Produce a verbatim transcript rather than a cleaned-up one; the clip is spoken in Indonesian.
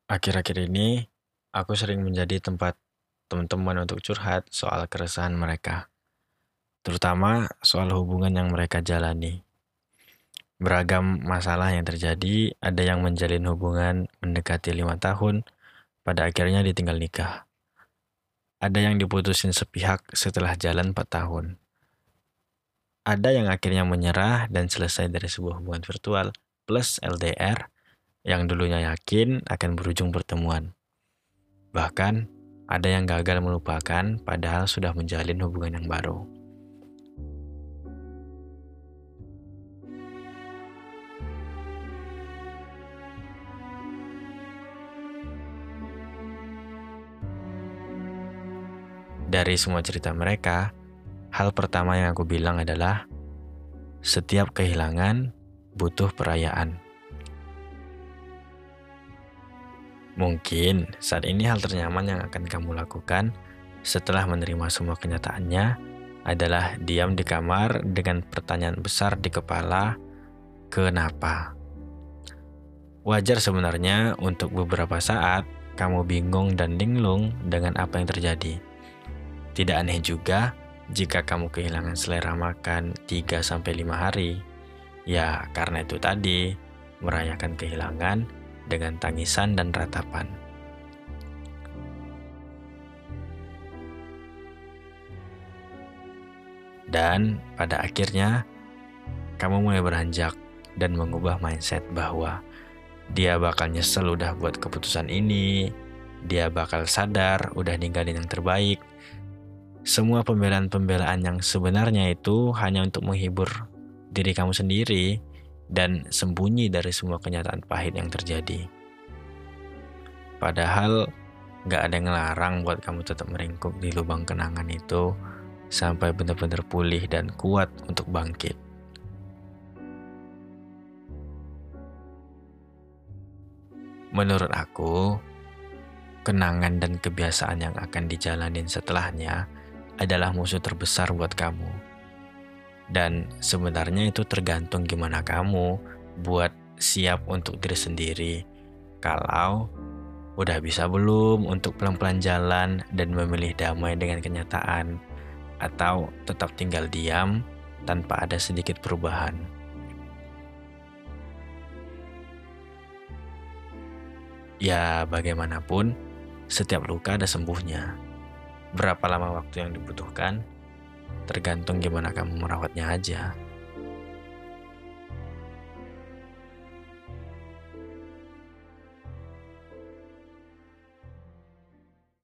Akhir-akhir ini, aku sering menjadi tempat teman-teman untuk curhat soal keresahan mereka, terutama soal hubungan yang mereka jalani. Beragam masalah yang terjadi, ada yang menjalin hubungan mendekati lima tahun, pada akhirnya ditinggal nikah. Ada yang diputusin sepihak setelah jalan empat tahun. Ada yang akhirnya menyerah dan selesai dari sebuah hubungan virtual, plus L D R, yang dulunya yakin akan berujung pertemuan. Bahkan, ada yang gagal melupakan padahal sudah menjalin hubungan yang baru. Dari semua cerita mereka, hal pertama yang aku bilang adalah setiap kehilangan butuh perayaan. Mungkin saat ini hal ternyaman yang akan kamu lakukan setelah menerima semua kenyataannya adalah diam di kamar dengan pertanyaan besar di kepala, kenapa? Wajar sebenarnya untuk beberapa saat kamu bingung dan linglung dengan apa yang terjadi. Tidak aneh juga jika kamu kehilangan selera makan tiga sampai lima hari. Ya, karena itu tadi, merayakan kehilangan dengan tangisan dan ratapan. Dan pada akhirnya, kamu mulai beranjak dan mengubah mindset bahwa dia bakal nyesel udah buat keputusan ini, dia bakal sadar udah ninggalin yang terbaik. Semua pembelaan-pembelaan yang sebenarnya itu hanya untuk menghibur diri kamu sendiri dan sembunyi dari semua kenyataan pahit yang terjadi. Padahal gak ada yang ngelarang buat kamu tetap meringkuk di lubang kenangan itu sampai benar-benar pulih dan kuat untuk bangkit. Menurut aku, kenangan dan kebiasaan yang akan dijalanin setelahnya adalah musuh terbesar buat kamu. Dan sebenarnya itu tergantung gimana kamu buat siap untuk diri sendiri. Kalau udah bisa belum untuk pelan-pelan jalan dan memilih damai dengan kenyataan, atau tetap tinggal diam tanpa ada sedikit perubahan. Ya bagaimanapun, setiap luka ada sembuhnya. Berapa lama waktu yang dibutuhkan, tergantung gimana kamu merawatnya aja.